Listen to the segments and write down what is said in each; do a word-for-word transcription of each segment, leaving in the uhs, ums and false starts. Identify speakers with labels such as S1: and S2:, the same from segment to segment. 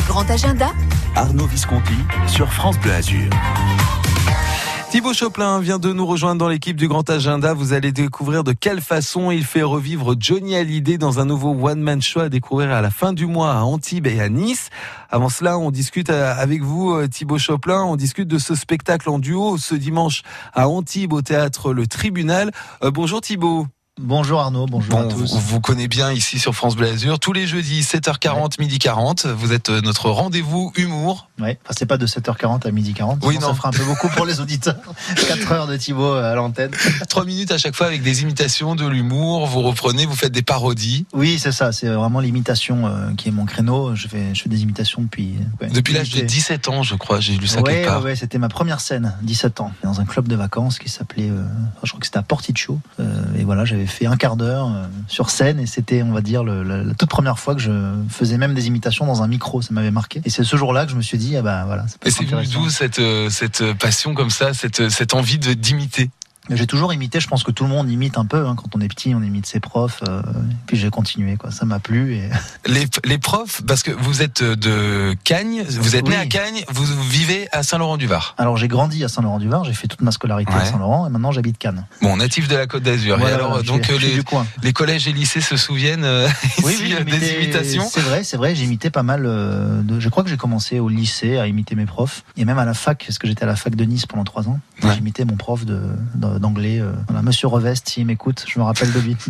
S1: grand agenda,
S2: Arnaud Visconti sur France Bleu Azur.
S3: Thibaut Choplin vient de nous rejoindre dans l'équipe du Grand Agenda. Vous allez découvrir de quelle façon il fait revivre Johnny Hallyday dans un nouveau one-man show à découvrir à la fin du mois à Antibes et à Nice. Avant cela, on discute avec vous, Thibaut Choplin. On discute de ce spectacle en duo ce dimanche à Antibes au théâtre Le Tribunal. Euh, bonjour Thibaut.
S4: Bonjour Arnaud, bonjour
S3: bon,
S4: à tous.
S3: Vous, vous connaissez bien ici sur France Bleu Azur. Tous les jeudis, sept heures quarante, ouais. midi quarante. Vous êtes notre rendez-vous humour.
S4: Ouais, enfin, c'est pas de sept heures quarante à midi quarante.
S3: Oui, non.
S4: Ça fera un peu beaucoup pour les auditeurs. quatre heures de Thibaut à l'antenne.
S3: Trois minutes à chaque fois avec des imitations, de l'humour. Vous reprenez, vous faites des parodies.
S4: Oui, c'est ça. C'est vraiment l'imitation euh, qui est mon créneau. Je fais, je fais des imitations depuis...
S3: Ouais, depuis l'âge de dix-sept ans, je crois. J'ai lu ça
S4: ouais,
S3: quelque part.
S4: Ouais, ouais, c'était ma première scène, dix-sept ans. Dans un club de vacances qui s'appelait... Euh, je crois que c'était à Porticcio. Euh, et voilà, j'avais fait un quart d'heure sur scène et c'était, on va dire, le, la, la toute première fois que je faisais même des imitations dans un micro. Ça m'avait marqué. Et c'est ce jour-là que je me suis dit, ah bah voilà. Ça peut
S3: et c'est venu d'où cette, cette passion comme ça, cette, cette envie de, d'imiter?
S4: J'ai toujours imité, je pense que tout le monde imite un peu, hein. Quand on est petit, on imite ses profs, euh, puis j'ai continué, quoi. Ça m'a plu. Et...
S3: Les, les profs, parce que vous êtes de Cagnes, vous êtes oui. né à Cagnes, vous vivez à Saint-Laurent-du-Var.
S4: Alors j'ai grandi à Saint-Laurent-du-Var, j'ai fait toute ma scolarité ouais. à Saint-Laurent, et maintenant j'habite Cannes.
S3: Bon, natif de la Côte d'Azur.
S4: Voilà,
S3: et alors,
S4: je
S3: donc
S4: suis,
S3: les,
S4: je du coin.
S3: les collèges et lycées se souviennent euh,
S4: oui,
S3: ici
S4: oui,
S3: des imitations.
S4: C'est vrai, c'est vrai, j'imitais pas mal. Euh, de, je crois que j'ai commencé au lycée à imiter mes profs, et même à la fac, parce que j'étais à la fac de Nice pendant trois ans. Ouais. J'imitais mon prof de, de, d'anglais. Euh, Voilà, Monsieur Revest, s'il m'écoute, je me rappelle de lui.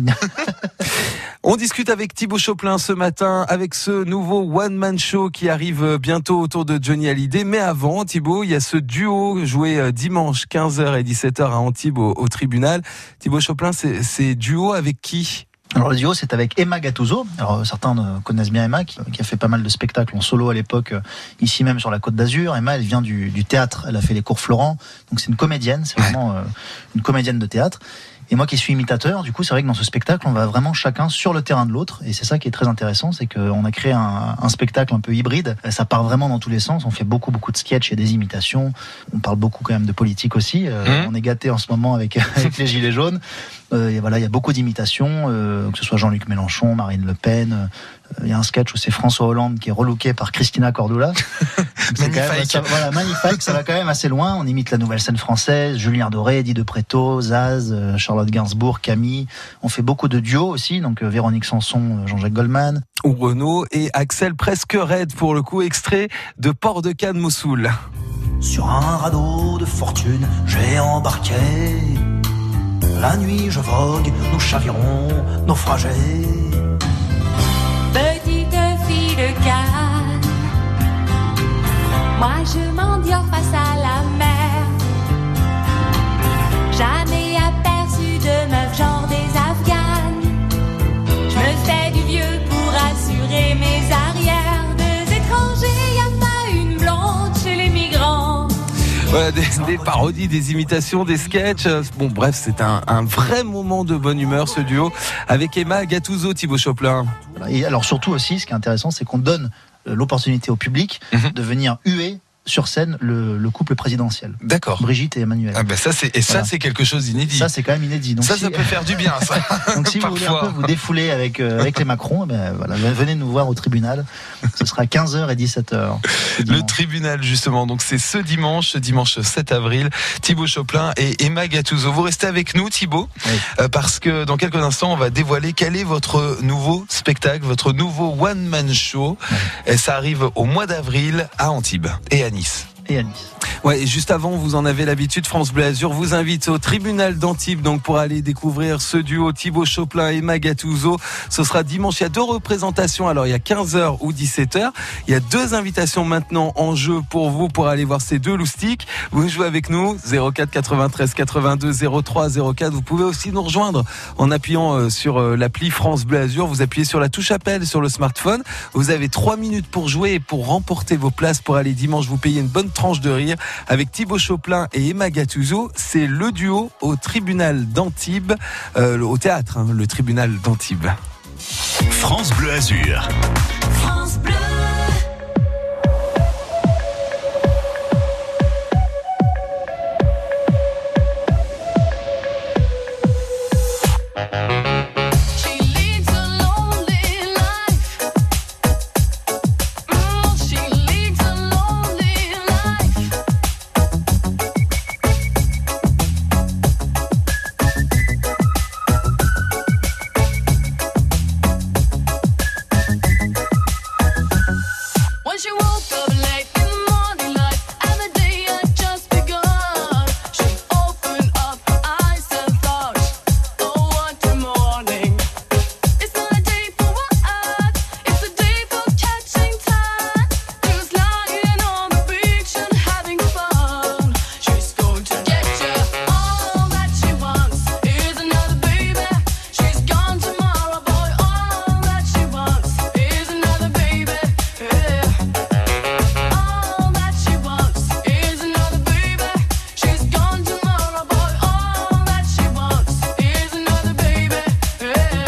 S3: On discute avec Thibaut Choplin ce matin avec ce nouveau one-man show qui arrive bientôt autour de Johnny Hallyday. Mais avant, Thibaut, il y a ce duo joué dimanche quinze heures et dix-sept heures à Antibes au, au Tribunal. Thibaut Choplin, c'est, c'est duo avec qui ?
S4: Alors le duo, c'est avec Emma Gattuso. Alors certains connaissent bien Emma, qui, qui a fait pas mal de spectacles en solo à l'époque, ici même sur la Côte d'Azur. Emma, elle vient du, du théâtre, elle a fait les cours Florent, donc c'est une comédienne, c'est vraiment euh, une comédienne de théâtre. Et moi qui suis imitateur, du coup, c'est vrai que dans ce spectacle, on va vraiment chacun sur le terrain de l'autre. Et c'est ça qui est très intéressant, c'est qu'on a créé un, un spectacle un peu hybride. Ça part vraiment dans tous les sens. On fait beaucoup, beaucoup de sketchs et des imitations. On parle beaucoup quand même de politique aussi. Euh, mmh. On est gâtés en ce moment avec, avec les Gilets jaunes. Euh, et voilà, il y a beaucoup d'imitations, euh, que ce soit Jean-Luc Mélenchon, Marine Le Pen. Il y a un sketch où c'est François Hollande qui est relooké par Christina Cordula. C'est quand même, ça, voilà, magnifique, ça va quand même assez loin. On imite la nouvelle scène française, Julien Doré, Eddie de Pretto, Zaz, Charlotte Gainsbourg, Camille. On fait beaucoup de duos aussi, donc euh, Véronique Sanson, Jean-Jacques Goldman.
S3: Ou Renaud et Axel presque raide pour le coup, extrait de Port de Cannes Mossoul.
S5: Sur un radeau de fortune, j'ai embarqué. La nuit je vogue, nous chavirons, naufragés.
S6: Petite fille de Cannes, moi je m'endors face à la mer. Jamais aperçu de meuf genre des Afghanes. Je me fais du vieux pour assurer mes arrières. Deux étrangers, y a pas une blonde chez les migrants.
S3: Voilà, des, des parodies, des imitations, des sketchs. Bon, bref, c'est un, un vrai moment de bonne humeur, ce duo, avec Emma Gattuso, Thibaut Choplin.
S4: Et alors, surtout aussi, ce qui est intéressant, c'est qu'on donne l'opportunité au public mmh. de venir huer sur scène le, le couple présidentiel.
S3: D'accord.
S4: Brigitte et Emmanuel.
S3: Ah ben ça c'est et ça voilà. C'est quelque chose d'inédit.
S4: Ça c'est quand même inédit. Donc
S3: ça
S4: si,
S3: ça peut faire du bien ça.
S4: Donc si vous voulez un peu vous défouler avec euh, avec les Macron, ben voilà, venez nous voir au tribunal. Ce sera quinze heures et dix-sept heures.
S3: Le tribunal justement. Donc c'est ce dimanche, dimanche sept avril. Thibaut Choplin et Emma Gattuso. Vous restez avec nous Thibaut oui. euh, parce que dans quelques instants on va dévoiler quel est votre nouveau spectacle, votre nouveau one man show. Oui. Et ça arrive au mois d'avril à Antibes et à Nice.
S4: Et à Nice.
S3: Ouais, et juste avant, vous en avez l'habitude, France Bleu Azur vous invite au tribunal d'Antibes donc pour aller découvrir ce duo Thibaut Choplin et Emma Gattuso. Ce sera dimanche, il y a deux représentations, alors il y a quinze heures ou dix-sept heures. Il y a deux invitations maintenant en jeu pour vous pour aller voir ces deux loustiques. Vous jouez avec nous, zéro quatre quatre-vingt-treize quatre-vingt-deux zéro trois zéro quatre. Vous pouvez aussi nous rejoindre en appuyant sur l'appli France Bleu Azur. Vous appuyez sur la touche appel sur le smartphone. Vous avez trois minutes pour jouer et pour remporter vos places pour aller dimanche vous payer une bonne tranche de rire avec Thibaut Choplin et Emma Gattuso. C'est le duo au tribunal d'Antibes, euh, au théâtre, hein, le tribunal d'Antibes.
S2: France Bleu Azur.
S6: France Bleu.
S7: She leads a lonely life. Mm, she
S6: she woke up late in the morning light, and the day had just begun. She opened up her eyes and thought, oh, what a morning. It's not a day for work, it's a day for catching time. Just lying on the beach and having fun. She's going to get you. All that she wants is another baby. She's gone tomorrow, boy. All that she wants is another baby. Yeah. All that she wants is another baby. She's gone tomorrow, boy. All that she wants is another baby. Yeah.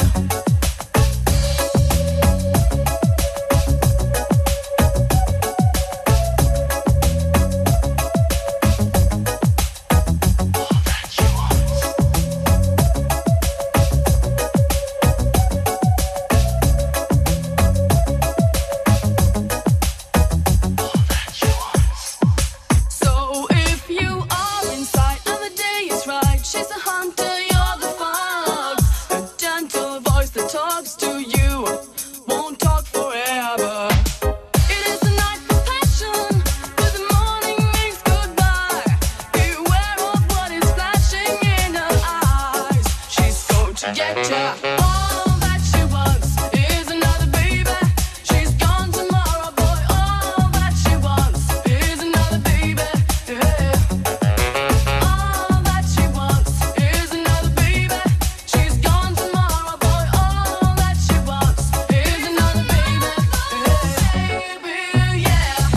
S6: So if you are inside and the day is right, she's a hunter, you're the fox. A gentle voice that talks to you won't talk forever. It is a night for passion, but the morning means goodbye. Beware of what is flashing in her eyes. She's going to get ya. All that she wants is another baby. She's gone tomorrow, boy. All that she wants is another baby. Yeah. All that she wants is another baby. She's gone tomorrow, boy. All that she wants is another baby. Yeah. Baby, yeah.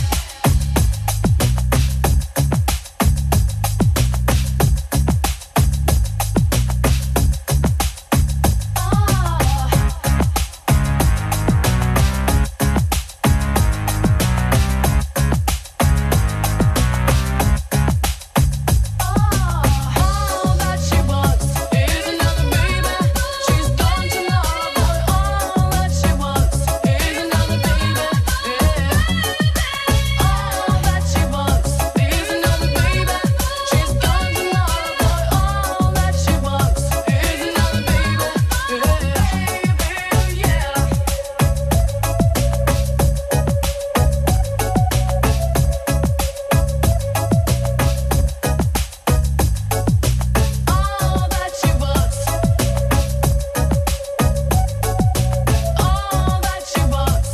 S6: All that she wants is another baby. She's gone tomorrow, boy. All that she wants is another baby. Yeah. All that she wants is another baby. She's gone tomorrow, boy. All that she wants is another baby. Yeah. Yeah. All that she wants. All that she wants.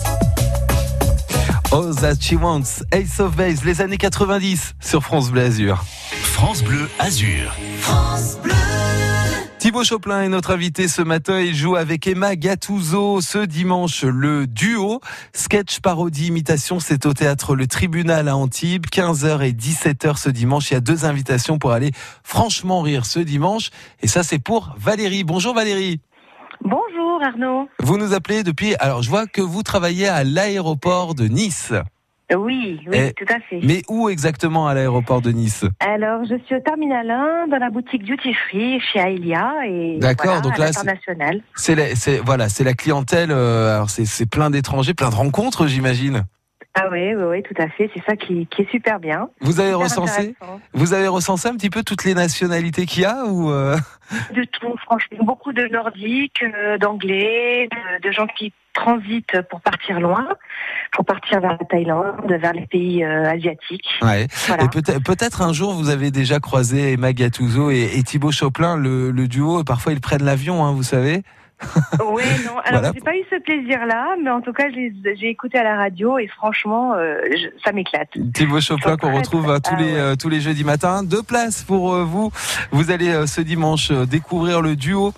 S3: All That She Wants, Ace of Base, les années quatre-vingt-dix sur France Bleu Azur.
S2: France Bleu Azur.
S6: France Bleu.
S3: Thibaut Choplin est notre invité ce matin. Il joue avec Emma Gattuso ce dimanche. Le duo sketch parodie imitation, c'est au théâtre Le Tribunal à Antibes, quinze heures et dix-sept heures ce dimanche. Il y a deux invitations pour aller franchement rire ce dimanche. Et ça, c'est pour Valérie. Bonjour Valérie.
S1: Bonjour Arnaud.
S3: Vous nous appelez depuis... Alors, je vois que vous travaillez à l'aéroport de Nice.
S1: Oui, oui,
S3: Eh,
S1: tout à fait.
S3: Mais où exactement à l'aéroport de Nice ?
S1: Alors, je suis au Terminal un, dans la boutique Duty Free, chez Aelia, et
S3: D'accord,
S1: voilà,
S3: donc
S1: à
S3: là,
S1: l'international.
S3: C'est la, c'est, voilà, c'est la clientèle. Euh, alors, c'est, c'est plein d'étrangers, plein de rencontres, j'imagine.
S1: Ah oui, oui, oui, tout à fait. C'est ça qui, qui est super bien.
S3: Vous avez
S1: Super
S3: recensé,
S1: intéressant.
S3: vous avez recensé un petit peu toutes les nationalités qu'il y a ou euh...
S1: De tout, franchement. Beaucoup de Nordiques, euh, d'Anglais, de, de gens qui transitent pour partir loin, pour partir vers la Thaïlande, vers les pays euh, asiatiques.
S3: Ouais.
S1: Voilà.
S3: Et peut-être, peut-être un jour vous avez déjà croisé Emma Gattuso et, et Thibaut Choplin, le, le duo. Parfois ils prennent l'avion, hein, vous savez.
S1: Oui, non. Alors,
S3: Voilà.
S1: j'ai pas eu ce plaisir-là, mais en tout cas, je les- j'ai écouté à la radio et franchement, euh, je- ça m'éclate.
S3: Thibaut Choplin
S1: Ils sont
S3: qu'on
S1: très,
S3: retrouve
S1: très-
S3: euh, tous
S1: ah
S3: les
S1: ouais.
S3: euh, tous les jeudis matins. Deux places pour euh, vous. Vous allez euh, ce dimanche euh, découvrir le duo.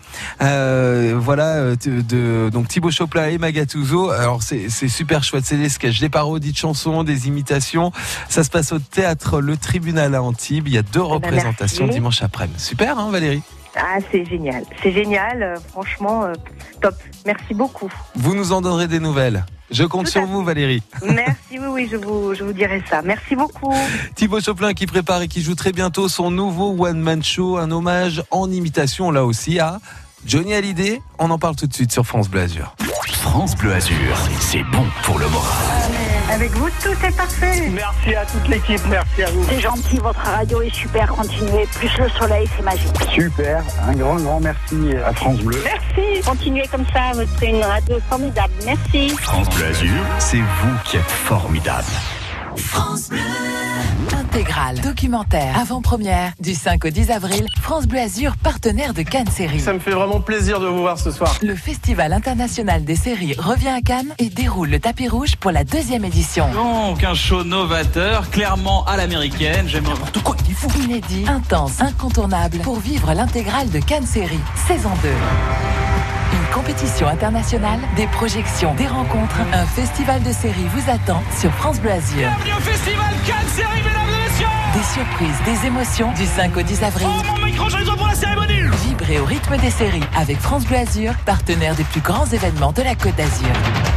S3: Euh, voilà euh, de, de- donc Thibaut Choplin et Emma Gattuso. Alors c'est c'est super chouette. C'est des sketchs, des parodies de chansons, des imitations. Ça se passe au théâtre Le Tribunal à Antibes. Il y a deux
S1: ben,
S3: représentations
S1: merci.
S3: dimanche après-midi. Super, hein, Valérie.
S1: Ah, c'est génial. C'est génial. euh, franchement, euh, top. Merci beaucoup.
S3: Vous nous en donnerez des nouvelles. Je compte
S1: Tout
S3: sur
S1: à
S3: vous, Valérie.
S1: Merci, oui, oui, je vous, je vous dirai ça. Merci beaucoup.
S3: Thibaut Choplin qui prépare et qui joue très bientôt son nouveau one-man show, un hommage en imitation là aussi à Johnny Hallyday. On en parle tout de suite sur France Bleu Azur.
S2: France Bleu Azur, c'est bon pour le moral.
S1: Avec vous, tout est parfait.
S7: Merci à toute l'équipe, merci à vous.
S8: C'est gentil, votre radio est super, continuez. Plus le soleil, c'est magique.
S7: Super, un grand, grand merci à France Bleu.
S8: Merci, continuez comme ça, vous serez une radio formidable. Merci.
S2: France Bleu Azur, c'est vous qui êtes formidable.
S6: France Bleu.
S9: Intégrale, documentaire, avant-première, du cinq au dix avril, France Bleu Azur, partenaire de Cannes Séries.
S7: Ça me fait vraiment plaisir de vous voir ce soir.
S9: Le Festival international des séries revient à Cannes et déroule le tapis rouge pour la deuxième édition.
S10: Donc un show novateur, clairement à l'américaine, j'aime n'importe quoi, il faut.
S9: Inédit, intense, incontournable, pour vivre l'intégrale de Cannes Séries, saison deux. Une compétition internationale, des projections, des rencontres, un festival de séries vous attend sur France Bleu Azur.
S10: Bienvenue au Festival Cannes Séries, mesdames et messieurs.
S9: Des surprises, des émotions, du cinq au dix avril.
S10: Oh mon micro, j'ai besoin pour la cérémonie.
S9: Vibrez au rythme des séries avec France Bleu Azur, partenaire des plus grands événements de la Côte d'Azur.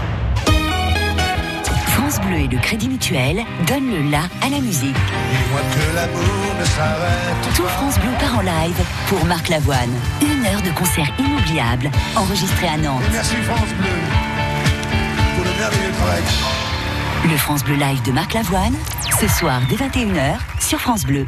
S11: France Bleu et le Crédit Mutuel donnent le la à la musique.
S12: Dis-moi que l'amour ne s'arrête.
S11: Tout France Bleu part en live pour Marc Lavoine. Une heure de concert inoubliable, enregistré à Nantes.
S12: Et merci France Bleu pour le merveilleux travail.
S11: Le France Bleu Live de Marc Lavoine, ce soir dès vingt et une heures sur France Bleu.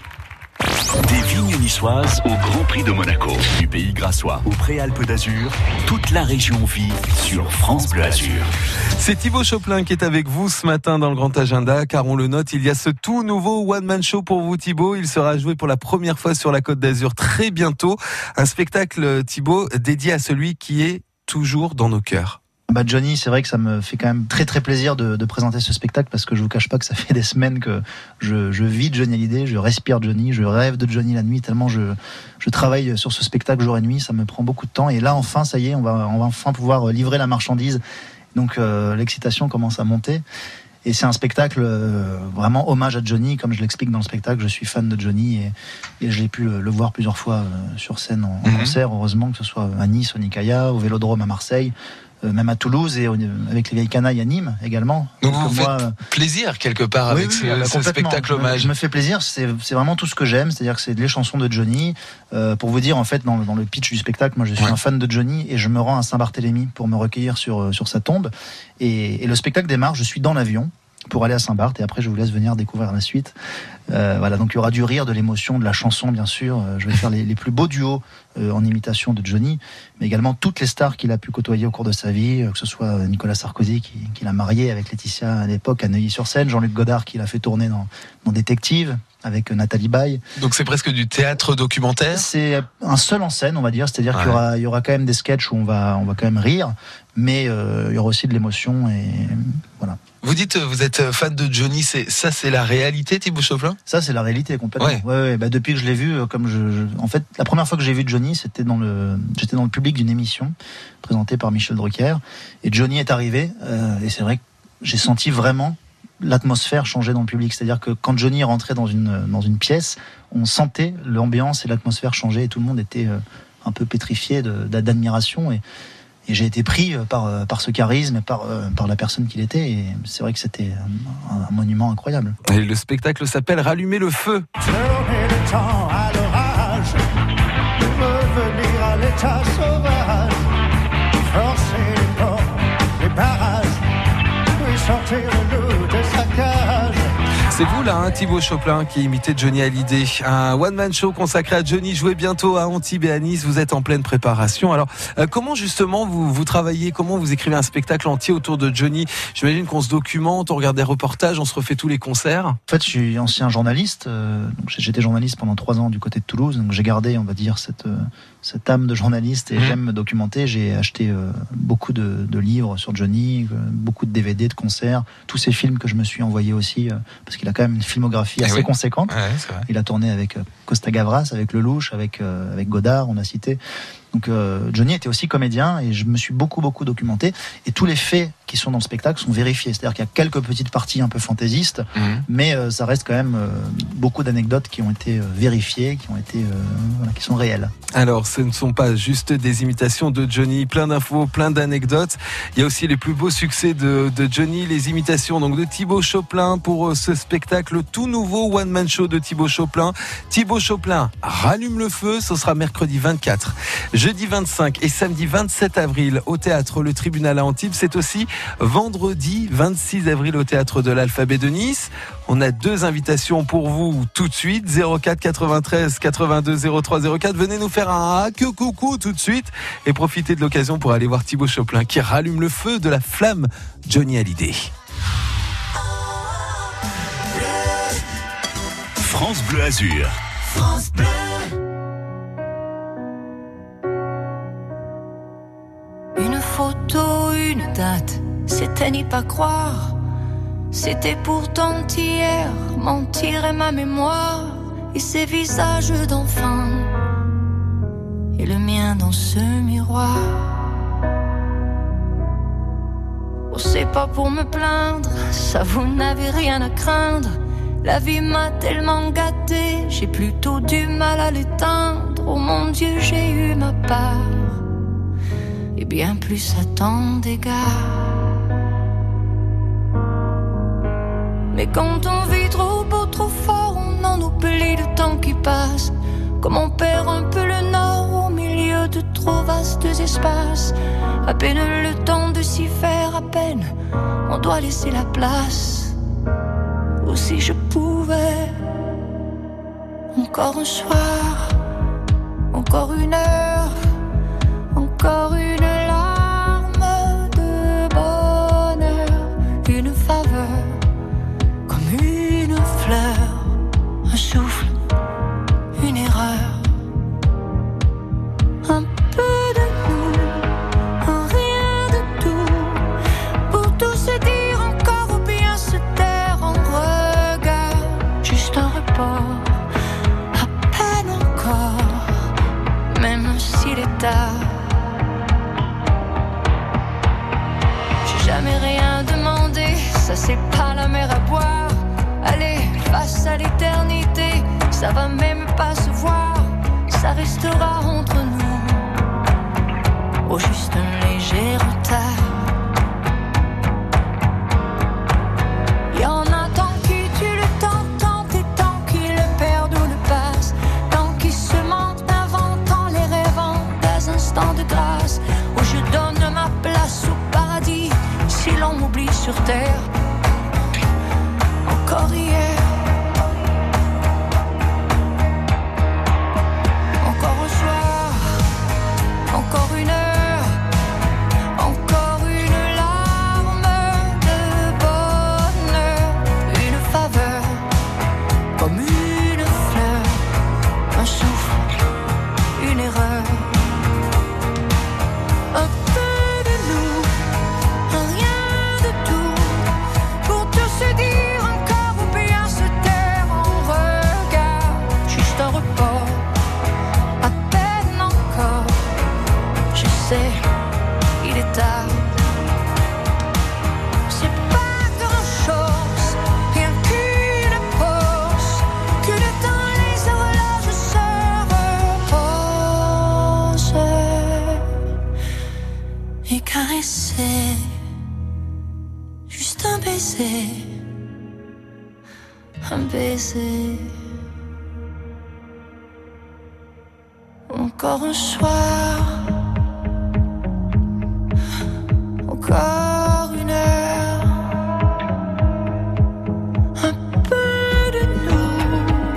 S2: Des vignes niçoises au Grand Prix de Monaco, du Pays Grassois au Préalpes d'Azur, toute la région vit sur France Bleu Azur.
S3: C'est Thibaut Choplin qui est avec vous ce matin dans le Grand Agenda, car on le note, il y a ce tout nouveau one-man show pour vous Thibaut. Il sera joué pour la première fois sur la Côte d'Azur très bientôt. Un spectacle, Thibaut, dédié à celui qui est toujours dans nos cœurs.
S4: Bah Johnny, c'est vrai que ça me fait quand même très très plaisir de, de présenter ce spectacle, parce que je vous cache pas que ça fait des semaines que je, je vis Johnny Hallyday, je respire Johnny, je rêve de Johnny la nuit, tellement je, je travaille sur ce spectacle jour et nuit, ça me prend beaucoup de temps. Et là enfin, ça y est, on va, on va enfin pouvoir livrer la marchandise. Donc euh, l'excitation commence à monter. Et c'est un spectacle euh, vraiment hommage à Johnny, comme je l'explique dans le spectacle. Je suis fan de Johnny et, et j'ai pu le, le voir plusieurs fois euh, sur scène en, en mmh. concert, heureusement, que ce soit à Nice, au Nicaïa, au Vélodrome à Marseille, euh, même à Toulouse et au, avec les Vieilles Canailles à Nîmes également.
S3: Donc,
S4: Donc
S3: vous
S4: moi,
S3: faites plaisir quelque part
S4: oui,
S3: avec
S4: oui,
S3: ce,
S4: bah,
S3: ce spectacle hommage.
S4: Je me fais plaisir, c'est, c'est vraiment tout ce que j'aime, c'est-à-dire que c'est les chansons de Johnny. Euh, pour vous dire, en fait, dans, dans le pitch du spectacle, moi je suis ouais. un fan de Johnny et je me rends à Saint-Barthélemy pour me recueillir sur, sur sa tombe. Et, et le spectacle démarre, je suis dans l'avion pour aller à Saint-Barth, et après je vous laisse venir découvrir la suite. Euh, voilà, donc il y aura du rire, de l'émotion, de la chanson bien sûr. Euh, je vais faire les, les plus beaux duos euh, en imitation de Johnny, mais également toutes les stars qu'il a pu côtoyer au cours de sa vie, euh, que ce soit Nicolas Sarkozy qui, qui l'a marié avec Laetitia à l'époque à Neuilly-sur-Seine, Jean-Luc Godard qui l'a fait tourner dans, dans Détective avec Nathalie Baye.
S3: Donc c'est presque du théâtre documentaire.
S4: C'est un seul en scène, on va dire, c'est-à-dire ouais. qu'il y aura, il y aura quand même des sketchs où on va, on va quand même rire, mais euh, il y aura aussi de l'émotion et voilà.
S3: Vous dites, vous êtes fan de Johnny, c'est, ça c'est la réalité, Thibaut Choplin ?
S4: Ça c'est la réalité complètement.
S3: Ouais.
S4: Ouais, ouais, bah, depuis que je l'ai vu, comme je, je, en fait, la première fois que j'ai vu Johnny, c'était dans le, j'étais dans le public d'une émission présentée par Michel Drucker, et Johnny est arrivé, euh, et c'est vrai que j'ai senti vraiment l'atmosphère changer dans le public. C'est-à-dire que quand Johnny est rentré dans une, dans une pièce, on sentait l'ambiance et l'atmosphère changer, et tout le monde était euh, un peu pétrifié de, d'admiration, et Et j'ai été pris par, par ce charisme et par, par la personne qu'il était. Et c'est vrai que c'était un, un monument incroyable.
S3: Et le spectacle s'appelle Rallumer le feu.
S12: Tourner le temps à l'orage, revenir à l'état sauvage, forcer les ports, les barrages, puis sortir le loup de sa cage.
S3: C'est vous là, hein, Thibaut Choplin, qui imitait Johnny Hallyday. Un one-man show consacré à Johnny, joué bientôt à Antibes et à Nice. Vous êtes en pleine préparation. Alors, euh, comment justement vous, vous travaillez, comment vous écrivez un spectacle entier autour de Johnny ? J'imagine qu'on se documente, on regarde des reportages, on se refait tous les concerts.
S4: En fait, je suis ancien journaliste. Euh, donc j'étais journaliste pendant trois ans du côté de Toulouse. Donc j'ai gardé, on va dire, cette, euh, cette âme de journaliste et mmh. j'aime me documenter. J'ai acheté euh, beaucoup de, de livres sur Johnny, euh, beaucoup de D V D, de concerts, tous ces films que je me suis envoyé aussi, euh, parce qu'il a quand même une filmographie assez oui. conséquente.
S3: Ouais, c'est vrai.
S4: Il a tourné avec Costa Gavras, avec Lelouch, avec, euh, avec Godard, on a cité. Donc euh, Johnny était aussi comédien et je me suis beaucoup beaucoup documenté, et tous les faits qui sont dans le spectacle sont vérifiés, c'est-à-dire qu'il y a quelques petites parties un peu fantaisistes, mmh. mais euh, ça reste quand même euh, beaucoup d'anecdotes qui ont été euh, vérifiées, qui ont été euh, voilà, qui sont réelles.
S3: Alors ce ne sont pas juste des imitations de Johnny, plein d'infos, plein d'anecdotes. Il y a aussi les plus beaux succès de, de Johnny, les imitations donc de Thibaut Choplin pour euh, ce spectacle, le tout nouveau one man show de Thibaut Choplin. Thibaut Choplin rallume le feu, ce sera mercredi vingt-quatre. Jeudi vingt-cinq et samedi vingt-sept avril au théâtre Le Tribunal à Antibes. C'est aussi vendredi vingt-six avril au Théâtre de l'Alphabet de Nice. On a deux invitations pour vous tout de suite, zéro quatre quatre-vingt-treize quatre-vingt-deux zéro trois zéro quatre. Venez nous faire un que coucou tout de suite et profitez de l'occasion pour aller voir Thibaut Choplin qui rallume le feu de la flamme Johnny Hallyday.
S2: France Bleu Azur. France Bleu.
S6: Une photo, une date, c'était n'y pas croire. C'était pourtant hier, mentir est ma mémoire. Et ces visages d'enfants, et le mien dans ce miroir. Oh, c'est pas pour me plaindre, ça vous n'avez rien à craindre. La vie m'a tellement gâtée, j'ai plutôt du mal à l'éteindre. Oh mon Dieu, j'ai eu ma part, et bien plus à tant d'égards. Mais quand on vit trop beau, trop fort, on en oublie le temps qui passe. Comme on perd un peu le nord au milieu de trop vastes espaces. À peine le temps de s'y faire, à peine on doit laisser la place. Ou si je pouvais, encore un soir, encore une heure, encore une larme de bonheur, une faveur, comme une fleur, un souffle, une erreur, un peu de nous, un rien de tout, pour tout se dire encore ou bien se taire en regard, juste un report, à peine encore, même s'il est tard. J'ai jamais rien demandé, ça c'est pas la mer à boire. Allez, face à l'éternité, ça va même pas se voir, ça restera entre nous, oh juste un léger retard. Y'en a tant qui tuent le temps, tant et tant qui le perdent ou le passent, tant qui se mentent, inventant les rêvant des instants de grâce, où je donne ma place au paradis, si l'on m'oublie sur terre. Encore hier, encore un soir, encore une heure, encore une larme de bonheur, une faveur, comme une fleur, un souffle, une erreur, un peu de nous, un rien de tout, pour tout se dire. Il est tard, c'est pas grand chose, rien qu'une pause, que le temps les horloges se reposent et caresser, juste un baiser, un baiser, encore un soir. Encore une heure, un peu de nous,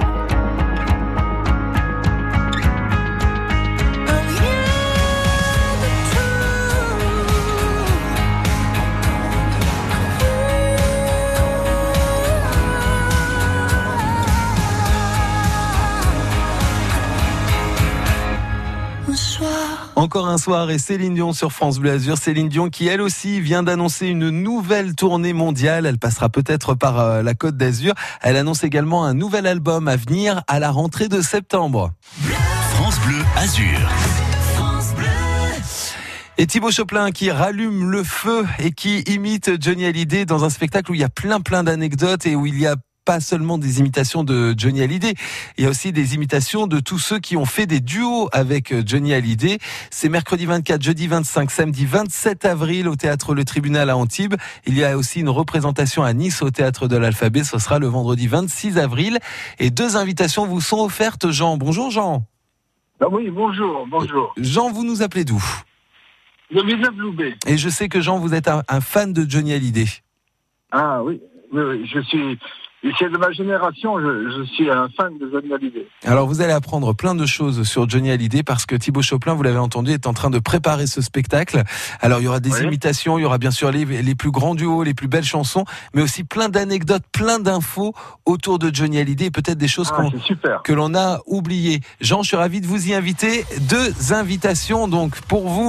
S6: un rien de tout. Un soir.
S3: Encore un soir et Céline Dion sur France Bleu Azur. Céline Dion qui elle aussi vient d'annoncer une nouvelle tournée mondiale. Elle passera peut-être par euh, la Côte d'Azur. Elle annonce également un nouvel album à venir à la rentrée de septembre.
S2: France Bleu Azur.
S3: Et Thibaut Choplin qui rallume le feu et qui imite Johnny Hallyday dans un spectacle où il y a plein plein d'anecdotes et où il y a pas seulement des imitations de Johnny Hallyday, il y a aussi des imitations de tous ceux qui ont fait des duos avec Johnny Hallyday. C'est mercredi vingt-quatre, jeudi vingt-cinq, samedi vingt-sept avril au Théâtre Le Tribunal à Antibes. Il y a aussi une représentation à Nice au Théâtre de l'Alphabet. Ce sera le vendredi vingt-six avril. Et deux invitations vous sont offertes, Jean. Bonjour Jean.
S7: Ah oui, bonjour, bonjour.
S3: Jean, vous nous appelez d'où ?
S7: de Villeneuve-Loubet.
S3: Et je sais que Jean, vous êtes un, un fan de Johnny Hallyday.
S7: Ah oui, oui, oui, je suis... C'est de ma génération, je, je suis un fan de Johnny Hallyday.
S3: Alors vous allez apprendre plein de choses sur Johnny Hallyday parce que Thibaut Choplin, vous l'avez entendu, est en train de préparer ce spectacle. Alors il y aura des oui. imitations, il y aura bien sûr les, les plus grands duos, les plus belles chansons, mais aussi plein d'anecdotes, plein d'infos autour de Johnny Hallyday et peut-être des choses
S7: ah,
S3: qu'on, que l'on a oubliées. Jean, je suis ravi de vous y inviter. Deux invitations donc pour vous.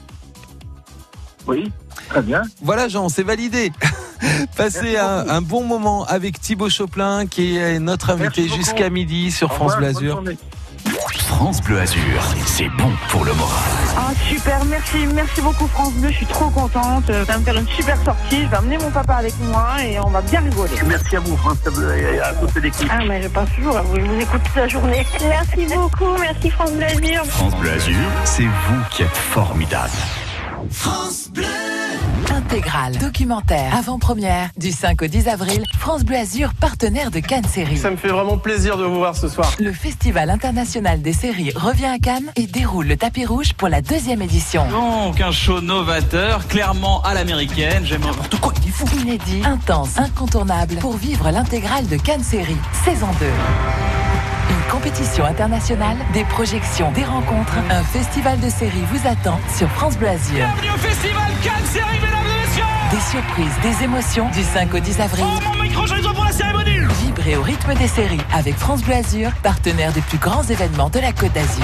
S7: Oui, très bien.
S3: Voilà Jean, c'est validé. Passez un, un bon moment avec Thibaut Choplin qui est notre invité jusqu'à midi sur France Bleu Azur.
S2: France Bleu Azur, c'est bon pour le moral.
S13: Ah super, merci, merci beaucoup France Bleu, je suis trop contente. Ça va me faire une super sortie, je vais amener mon papa avec moi et on va bien rigoler.
S7: Merci à vous France Bleu et à toute l'équipe.
S13: Ah mais je passe toujours à vous, je vous écoute toute la journée.
S8: Merci beaucoup, merci France Bleu Azur.
S2: France Bleu Azur, c'est vous qui êtes formidable.
S9: France Bleu. Intégrale, documentaire, avant-première, du cinq au dix avril, France Bleu Azur, partenaire de Cannes Séries.
S7: Ça me fait vraiment plaisir de vous voir ce soir.
S9: Le Festival international des séries revient à Cannes et déroule le tapis rouge pour la deuxième édition.
S10: Donc un show novateur, clairement à l'américaine, j'aime n'importe quoi qu'il faut.
S9: Inédit, intense, incontournable, pour vivre l'intégrale de Cannes Séries, saison deux. Une compétition internationale, des projections, des rencontres, un festival de séries vous attend sur France Bleu Azur.
S10: Bienvenue au festival Cannes Séries, mesdames et messieurs.
S9: Des surprises, des émotions, du cinq au dix avril.
S10: Oh mon micro, je les pour la cérémonie.
S9: Vibrez au rythme des séries avec France Bleu Azur, partenaire des plus grands événements de la Côte d'Azur.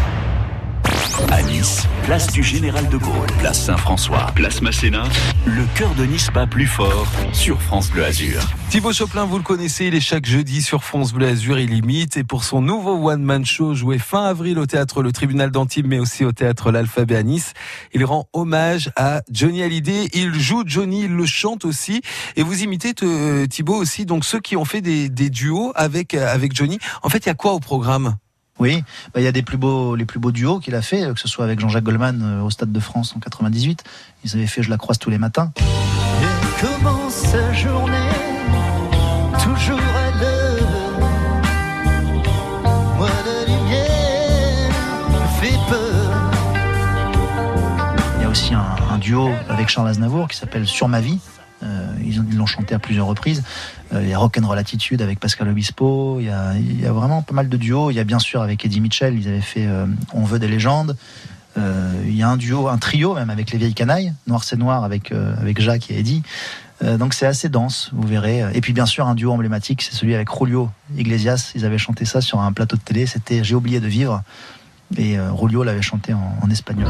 S2: À Nice, place du Général de Gaulle, place Saint-François, place Masséna, le cœur de Nice bat plus fort sur France Bleu Azur.
S3: Thibaut Choplin, vous le connaissez, il est chaque jeudi sur France Bleu Azur, il imite et pour son nouveau one-man show joué fin avril au théâtre Le Tribunal d'Antibes mais aussi au théâtre L'Alphabet à Nice, il rend hommage à Johnny Hallyday, il joue Johnny, il le chante aussi et vous imitez Thibaut aussi, donc ceux qui ont fait des, des duos avec, avec Johnny. En fait, il y a quoi au programme ?
S4: Oui, bah, il y a des plus beaux, les plus beaux duos qu'il a fait, que ce soit avec Jean-Jacques Goldman euh, au Stade de France en quatre-vingt-dix-huit. Ils avaient fait Je la croise tous les matins.
S12: Et commence sa journée, toujours à l'heure. Moi de lumière me fait peur.
S4: Il y a aussi un, un duo avec Charles Aznavour qui s'appelle Sur ma vie. Euh, ils, ont, ils l'ont chanté à plusieurs reprises. Euh, il y a Rock'n'Roll Attitude avec Pascal Obispo. Il y, a, il y a vraiment pas mal de duos. Il y a bien sûr avec Eddie Mitchell, ils avaient fait euh, On veut des légendes. Euh, il y a un duo, un trio même avec Les Vieilles Canailles, Noir c'est Noir avec, euh, avec Jacques et Eddie. Euh, donc c'est assez dense, vous verrez. Et puis bien sûr un duo emblématique, c'est celui avec Julio Iglesias. Ils avaient chanté ça sur un plateau de télé. C'était J'ai oublié de vivre. Et euh, Julio l'avait chanté en, en espagnol.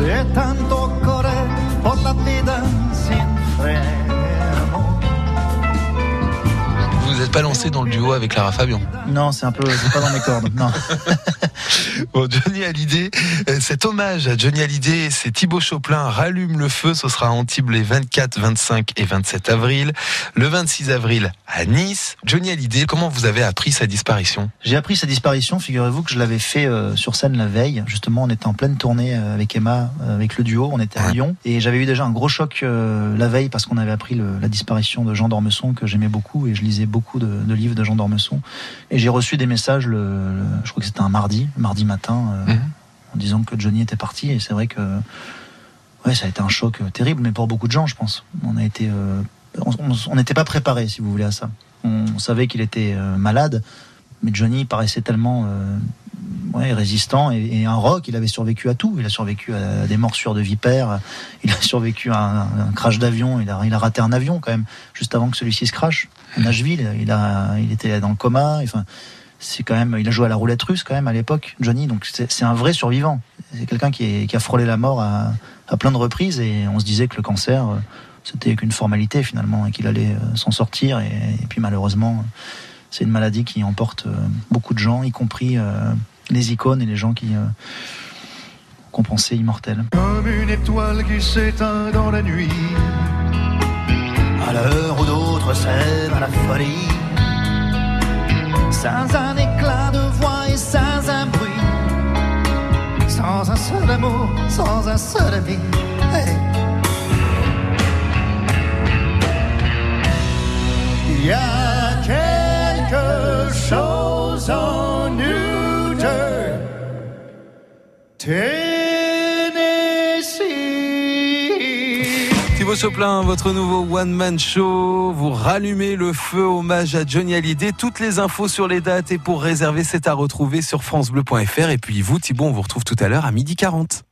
S3: Vous n'êtes pas lancé dans le duo avec Lara Fabian?
S4: Non, c'est un peu, c'est pas dans mes cordes. Non.
S3: Bon, Johnny Hallyday, cet hommage à Johnny Hallyday, c'est Thibaut Choplin, Rallume le feu, ce sera à Antibes les vingt-quatre, vingt-cinq et vingt-sept avril. Le vingt-six avril à Nice. Johnny Hallyday, comment vous avez appris sa disparition?
S4: J'ai appris sa disparition, figurez-vous que je l'avais fait euh, sur scène la veille. Justement, on était en pleine tournée euh, avec Emma, euh, avec le duo, on était à Lyon. Et j'avais eu déjà un gros choc euh, la veille parce qu'on avait appris le, la disparition de Jean d'Ormesson, que j'aimais beaucoup, et je lisais beaucoup de, de livres de Jean d'Ormesson. Et j'ai reçu des messages, le, le, je crois que c'était un mardi, mardi matin, euh, mmh. en disant que Johnny était parti. Et c'est vrai que ouais, ça a été un choc terrible, mais pour beaucoup de gens, je pense. On a été, euh, on n'était pas préparés, si vous voulez, à ça. On, on savait qu'il était euh, malade, mais Johnny paraissait tellement euh, ouais, résistant et, et un rock. Il avait survécu à tout. Il a survécu à des morsures de vipères. Il a survécu à un, un crash d'avion. Il a, il a raté un avion quand même juste avant que celui-ci se crache. À Nashville, il a, il était dans le coma. Enfin, c'est quand même. Il a joué à la roulette russe quand même à l'époque, Johnny. Donc c'est, c'est un vrai survivant. C'est quelqu'un qui, est, qui a frôlé la mort à, à plein de reprises. Et on se disait que le cancer, c'était qu'une formalité finalement et qu'il allait s'en sortir. Et, et puis malheureusement, c'est une maladie qui emporte beaucoup de gens, y compris euh, les icônes et les gens qui euh, qu'on pensait immortels.
S12: Comme une étoile qui s'éteint dans la nuit, à l'heure où d'autres s'aiment à la folie, sans un éclat de voix et sans un bruit, sans un seul amour, sans un seul ami. Hey. Il y a quelque chose en nous deux, Tennessee.
S3: Thibaut Choplin, votre nouveau one-man show. Vous rallumez le feu, hommage à Johnny Hallyday. Toutes les infos sur les dates et pour réserver, c'est à retrouver sur francebleu point f r. Et puis vous, Thibaut, on vous retrouve tout à l'heure à midi quarante.